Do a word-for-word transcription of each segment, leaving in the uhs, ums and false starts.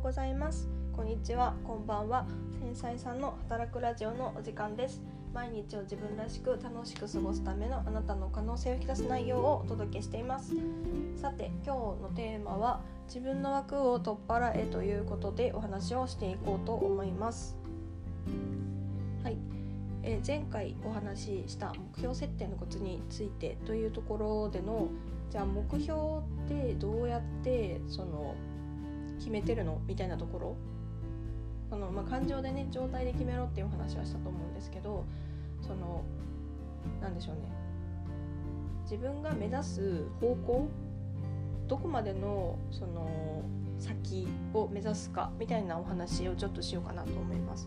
ございます。こんにちは、こんばんは。繊細さんの働くラジオのお時間です。毎日を自分らしく楽しく過ごすためのあなたの可能性を引き出す内容をお届けしています。さて、今日のテーマは自分の枠を取っ払えということでお話をしていこうと思います。はい、えー、前回お話しした目標設定のコツについてというところでの、じゃあ目標ってどうやってその決めてるのみたいなところ、その、まあ、感情でね状態で決めろっていう話はしたと思うんですけど、そのなんでしょうね、自分が目指す方向、どこまでのその先を目指すかみたいなお話をちょっとしようかなと思います。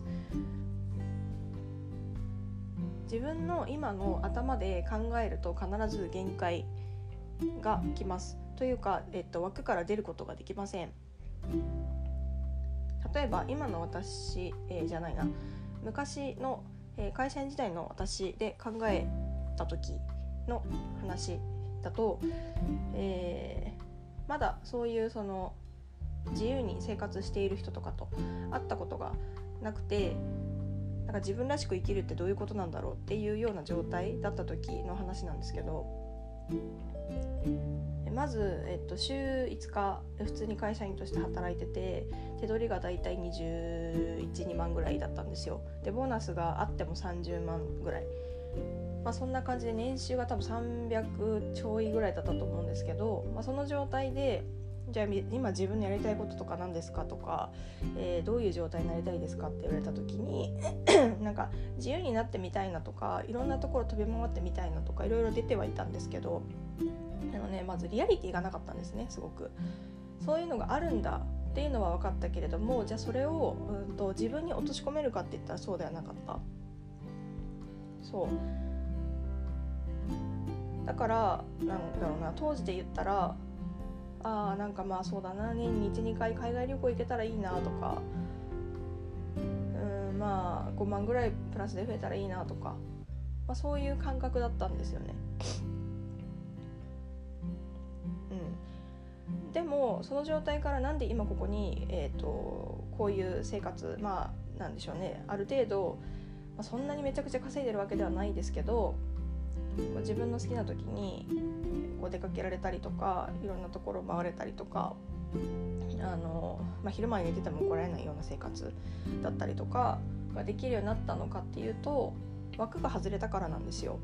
自分の今の頭で考えると必ず限界が来ますというか、えっと、枠から出ることができません。例えば今の私、えー、じゃないな昔の、えー、会社員時代の私で考えた時の話だと、えー、まだそういうその自由に生活している人とかと会ったことがなくて、なんか自分らしく生きるってどういうことなんだろうっていうような状態だった時の話なんですけど、まず、えっと、週いつか普通に会社員として働いてて、手取りがだいたいにじゅういち、にまんぐらいだったんですよ。でボーナスがあってもさんじゅうまんぐらい、まあ、そんな感じで年収が多分さんびゃくちょいぐらいだったと思うんですけど、まあ、その状態でじゃあ今自分のやりたいこととか何ですかとか、えー、どういう状態になりたいですかって言われた時になんか自由になってみたいなとか、いろんなところ飛び回ってみたいなとかいろいろ出てはいたんですけど、あのね、まずリアリティがなかったんですね。すごくそういうのがあるんだっていうのは分かったけれども、じゃあそれを、うん、と自分に落とし込めるかって言ったらそうではなかった。そうだからなんだろうな、当時で言ったら、あーなんかまあそうだな、年にいち、にかい海外旅行行けたらいいなとか、うんまあごまんぐらいプラスで増えたらいいなとか、まあ、そういう感覚だったんですよね。うん、でもその状態からなんで今ここに、えーと、こういう生活、まあなんでしょうね、ある程度、まあ、そんなにめちゃくちゃ稼いでるわけではないですけど、自分の好きな時にこう出かけられたりとか、いろんなところ回れたりとか、あの、まあ、昼間に寝てても怒られないような生活だったりとかができるようになったのかっていうと、枠が外れたからなんですよ。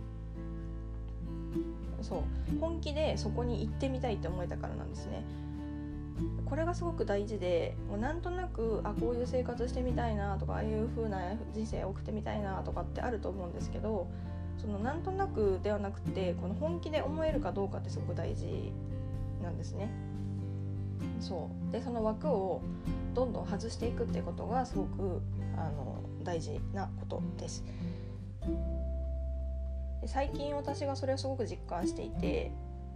そう本気でそこに行ってみたいって思えたからなんですね。これがすごく大事で、もうなんとなくあこういう生活してみたいなとか、ああいう風な人生を送ってみたいなとかってあると思うんですけど、そのなんとなくではなくて、この本気で思えるかどうかってすごく大事なんですね。そうでその枠をどんどん外していくってことがすごくあの大事なことです。で最近私がそれをすごく実感していて、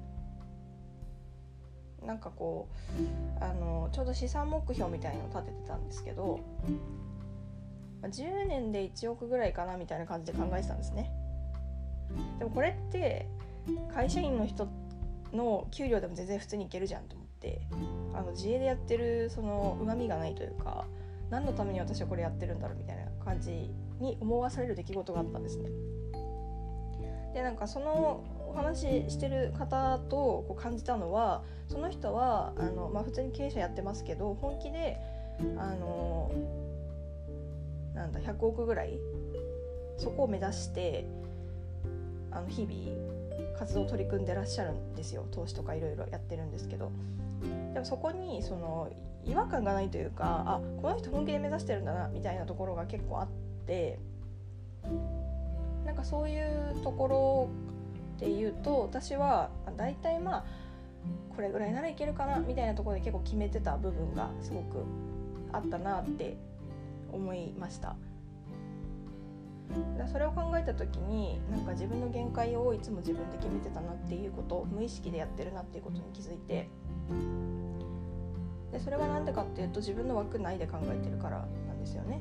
なんかこうあのちょうど資産目標みたいなのを立ててたんですけど、じゅうねんでいちおくぐらいかなみたいな感じで考えてたんですね。でもこれって会社員の人の給料でも全然普通にいけるじゃんと思って、あの自営でやってるその旨味がないというか、何のために私はこれやってるんだろうみたいな感じに思わされる出来事があったんですね。でなんかそのお話ししてる方とこう感じたのは、その人はあの、まあ、普通に経営者やってますけど、本気であのなんだひゃくおくぐらいそこを目指してあの日々活動を取り組んでらっしゃるんですよ。投資とかいろいろやってるんですけど、でもそこにその違和感がないというか、あこの人本気で目指してるんだなみたいなところが結構あって、なんかそういうところで言うと、私はだいたいまあこれぐらいならいけるかなみたいなところで結構決めてた部分がすごくあったなって思いました。それを考えた時に、なんか自分の限界をいつも自分で決めてたなっていうことを、無意識でやってるなっていうことに気づいて、でそれはなんでかっていうと、自分の枠内で考えてるからなんですよね。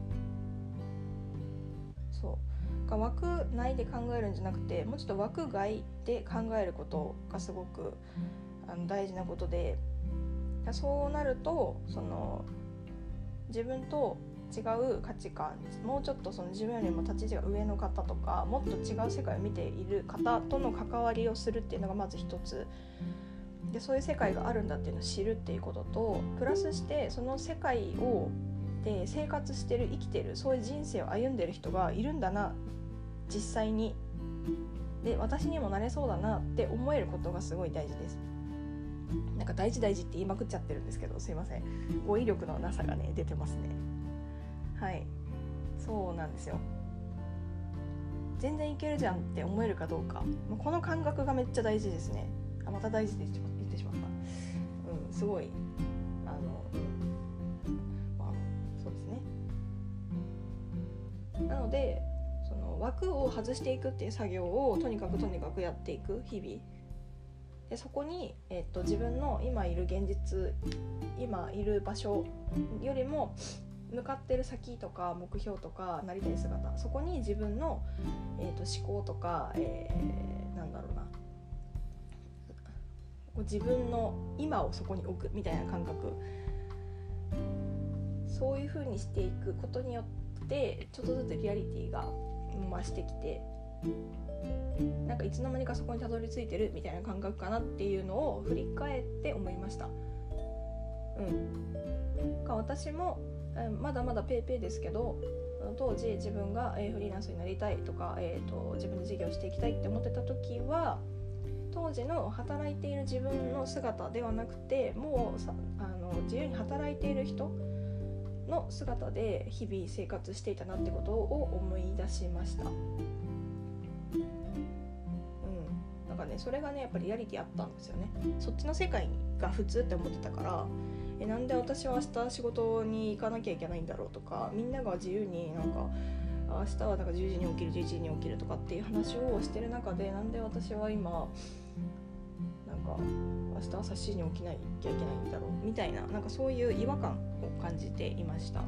そう枠内で考えるんじゃなくて、もうちょっと枠外で考えることがすごくあの大事なことで、そうなるとその自分と違う価値観、もうちょっとその自分よりも立ち位置が上の方とか、もっと違う世界を見ている方との関わりをするっていうのがまず一つで、そういう世界があるんだっていうのを知るっていうことと、プラスしてその世界をで生活してる、生きてる、そういう人生を歩んでる人がいるんだな実際に、で私にもなれそうだなって思えることがすごい大事です。なんか大事大事って言いまくっちゃってるんですけど、すいません、語彙力のなさがね出てますね。はい、そうなんですよ。全然いけるじゃんって思えるかどうか、この感覚がめっちゃ大事ですね。あ、また大事で言ってしまった。うん、すごいあの、まあそうですね。なのでその枠を外していくっていう作業をとにかくとにかくやっていく日々で、そこに、えっと、自分の今いる現実、今いる場所よりも向かってる先とか目標とかなりたい姿、そこに自分の、えー、と思考とか、えー、なんだろうな、自分の今をそこに置くみたいな感覚、そういう風にしていくことによってちょっとずつリアリティが増してきて、なんかいつの間にかそこにたどり着いてるみたいな感覚かなっていうのを振り返って思いました。うん。私もまだまだペーペーですけど、当時自分がフリーランスになりたいとか、えーと、自分で事業していきたいって思ってた時は、当時の働いている自分の姿ではなくて、もうさあの自由に働いている人の姿で日々生活していたなってことを思い出しました。うん、なんかね、それがねやっぱりリアリティあったんですよね。そっちの世界が普通って思ってたから、えなんで私は明日仕事に行かなきゃいけないんだろうとか、みんなが自由になんか明日はなんかじゅうじに起きるじゅういちじに起きるとかっていう話をしてる中で、なんで私は今なんか明日朝しちじに起きなきゃいけないんだろうみたいな、なんかそういう違和感を感じていました。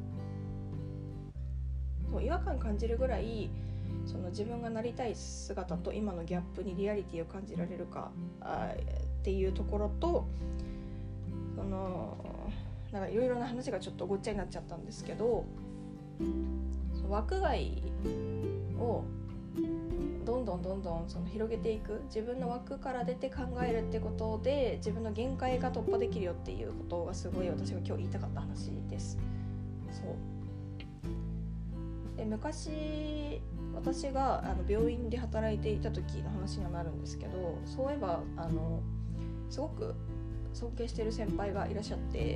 そう違和感感じるぐらいその自分がなりたい姿と今のギャップにリアリティを感じられるかあっていうところと、そのなんかいろいろな話がちょっとごっちゃになっちゃったんですけど、その枠外をどんどんどんどんその広げていく、自分の枠から出て考えるってことで自分の限界が突破できるよっていうことがすごい私が今日言いたかった話です。そうで、昔私があの病院で働いていた時の話にはなるんですけど、そういえばあのすごく尊敬している先輩がいらっしゃって、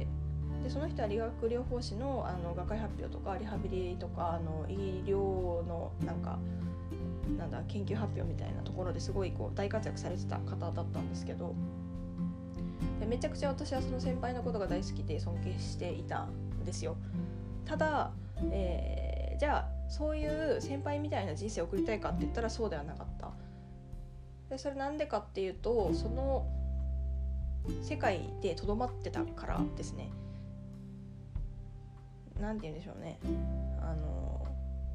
でその人は理学療法士 の, あの学会発表とかリハビリとかあの医療のなんかなんだ研究発表みたいなところですごいこう大活躍されてた方だったんですけど、でめちゃくちゃ私はその先輩のことが大好きで尊敬していたんですよ。ただ、えー、じゃあそういう先輩みたいな人生を送りたいかって言ったらそうではなかった。でそれなんでかっていうと、その世界でとどまってたからですね。なんて言うんでしょうね、あの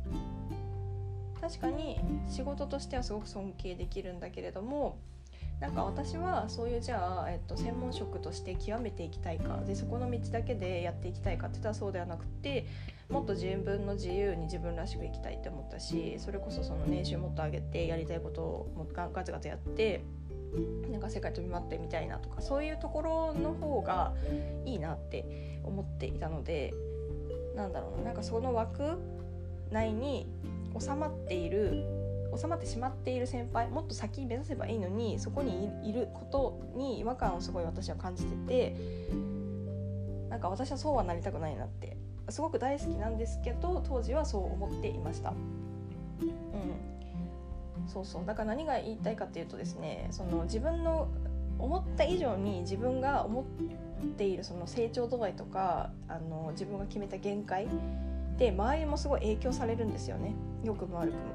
確かに仕事としてはすごく尊敬できるんだけれども、なんか私はそういうじゃあ、えっと、専門職として極めていきたいかで、そこの道だけでやっていきたいかって言ったらそうではなくて、もっと自分の自由に自分らしく生きたいって思ったし、それこそその年収もっと上げてやりたいことをもっとガツガツやってなんか世界飛び回ってみたいなとか、そういうところの方がいいなって思っていたので、なんだろうな、なんかその枠内に収まっている収まってしまっている先輩、もっと先目指せばいいのにそこにいることに違和感をすごい私は感じてて、なんか私はそうはなりたくないなって、すごく大好きなんですけど当時はそう思っていました。うん、そうそう、だから何が言いたいかっていうとですね、その自分の思った以上に自分が思っているその成長度合いとか、あの自分が決めた限界で周りもすごい影響されるんですよね、良くも悪くも。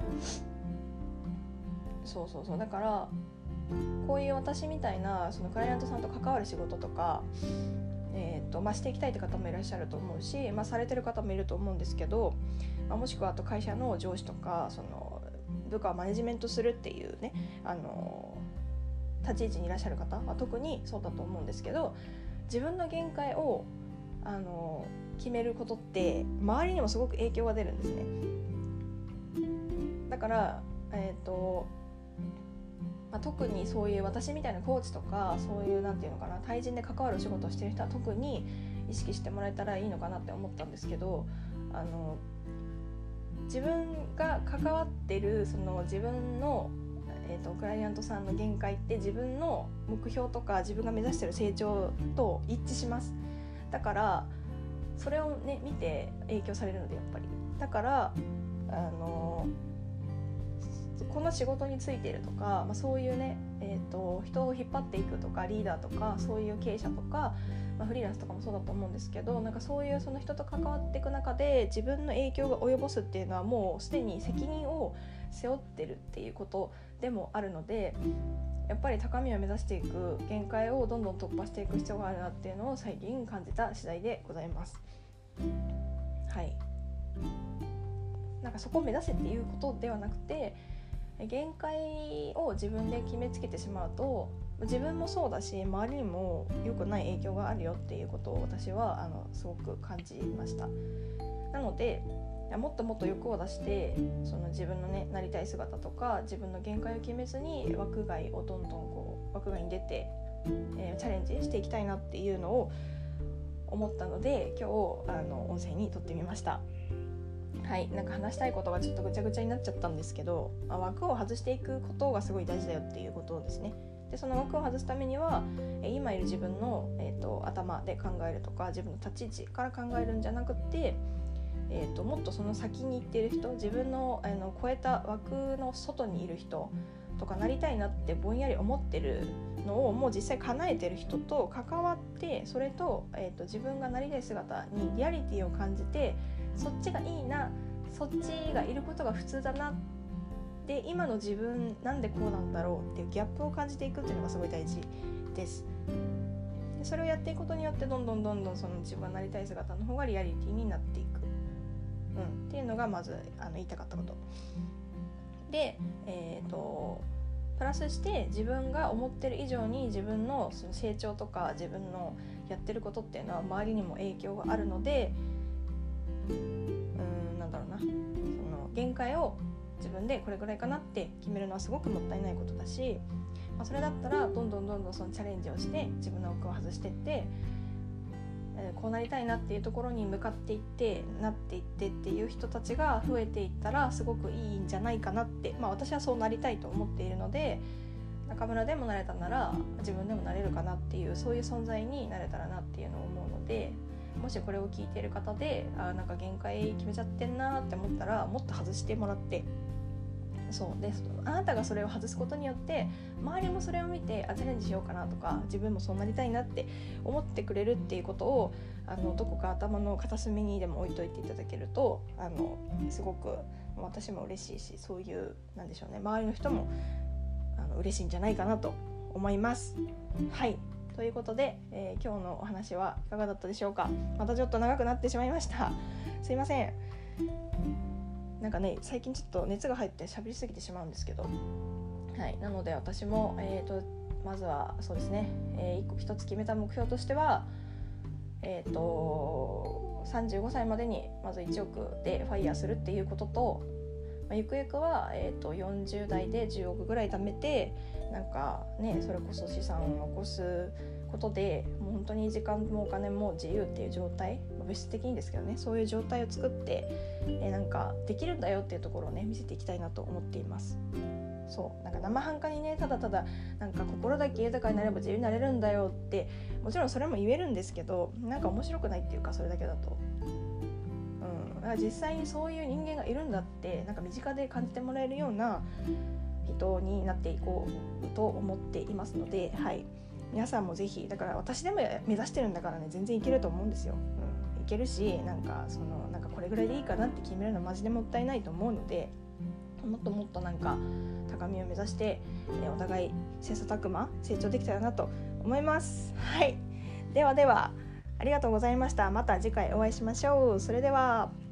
そうそうそう、だからこういう私みたいなそのクライアントさんと関わる仕事とか、えーとまあ、していきたいって方もいらっしゃると思うし、まあ、されてる方もいると思うんですけど、まあ、もしくはあと会社の上司とかその部下をマネジメントするっていうね、あの立ち位置にいらっしゃる方は特にそうだと思うんですけど、自分の限界をあの決めることって周りにもすごく影響が出るんですね。だからえっとまあ、特にそういう私みたいなコーチとかそういうなんていうのかな対人で関わる仕事をしている人は特に意識してもらえたらいいのかなって思ったんですけど、あの自分が関わってるその自分の、えーと、クライアントさんの限界って自分の目標とか自分が目指している成長と一致します。だからそれをね見て影響されるのでやっぱりだからあのこの仕事についているとか、まあ、そういうね、えーと、人を引っ張っていくとかリーダーとかそういう経営者とか、まあ、フリーランスとかもそうだと思うんですけど、なんかそういうその人と関わっていく中で自分の影響が及ぼすっていうのはもうすでに責任を背負ってるっていうことでもあるので、やっぱり高みを目指していく限界をどんどん突破していく必要があるなっていうのを最近感じた次第でございます。はい。なんかそこを目指せっていうことではなくて、限界を自分で決めつけてしまうと自分もそうだし周りにも良くない影響があるよっていうことを私はあのすごく感じました。なのでもっともっと欲を出してその自分のねなりたい姿とか自分の限界を決めずに枠外をどんどんこう枠外に出て、えー、チャレンジしていきたいなっていうのを思ったので今日あの音声に撮ってみました。はい、なんか話したいことがちょっとぐちゃぐちゃになっちゃったんですけど、まあ、枠を外していくことがすごい大事だよっていうことですね。でその枠を外すためには今いる自分の、えーと、頭で考えるとか自分の立ち位置から考えるんじゃなくて、えーと、もっとその先に行っている人自分の、あの超えた枠の外にいる人とかなりたいなってぼんやり思ってるのをもう実際叶えてる人と関わってそれと、えーと、自分がなりたい姿にリアリティを感じてそっちがいいなそっちがいることが普通だなで今の自分なんでこうなんだろうっていうギャップを感じていくっていうのがすごい大事です。でそれをやっていくことによってどんどんどんどんその自分がなりたい姿の方がリアリティになっていく、うん、っていうのがまずあの言いたかったことで、えーとプラスして自分が思ってる以上に自分のその成長とか自分のやってることっていうのは周りにも影響があるのでうーんなんだろうなその限界を自分でこれぐらいかなって決めるのはすごくもったいないことだし、まあ、それだったらどんどんどんどんそのチャレンジをして自分の枠を外していって、えー、こうなりたいなっていうところに向かっていってなっていってっていう人たちが増えていったらすごくいいんじゃないかなって、まあ、私はそうなりたいと思っているので中村でもなれたなら自分でもなれるかなっていうそういう存在になれたらなっていうのを思うので、もしこれを聞いている方であなんか限界決めちゃってんなって思ったらもっと外してもらってそうであなたがそれを外すことによって周りもそれを見てあチャレンジしようかなとか自分もそうなりたいなって思ってくれるっていうことをあのどこか頭の片隅にでも置いといていただけるとあのすごく私も嬉しいしそういうなんでしょうね周りの人もあの嬉しいんじゃないかなと思います。はいということで、えー、今日のお話はいかがだったでしょうか。またちょっと長くなってしまいましたすいません。なんかね最近ちょっと熱が入って喋りすぎてしまうんですけど、はい、なので私も、えー、とまずはそうですね、えー、一個一つ決めた目標としては、えー、とさんじゅうごさいまでにまずいちおくでファイヤーするっていうことと、まあ、ゆくゆくは、えー、とよんじゅう代でじゅうおくぐらい貯めてなんかねそれこそ資産を残すことでもう本当に時間もお金も自由っていう状態、物質的にですけどねそういう状態を作って、えー、なんかできるんだよっていうところをね見せていきたいなと思っています。そうなんか生半可にねただただなんか心だけ豊かになれば自由になれるんだよってもちろんそれも言えるんですけどなんか面白くないっていうかそれだけだと、うん、だから実際にそういう人間がいるんだってなんか身近で感じてもらえるような人になっていこうと思っていますので、はい皆さんもぜひだから私でも目指してるんだからね全然いけると思うんですよ、うん、いけるしなんかそのなんかこれぐらいでいいかなって決めるのはマジでもったいないと思うのでもっともっとなんか高みを目指して、えー、お互い切磋琢磨成長できたらなと思います。はいではではありがとうございました。また次回お会いしましょう。それでは。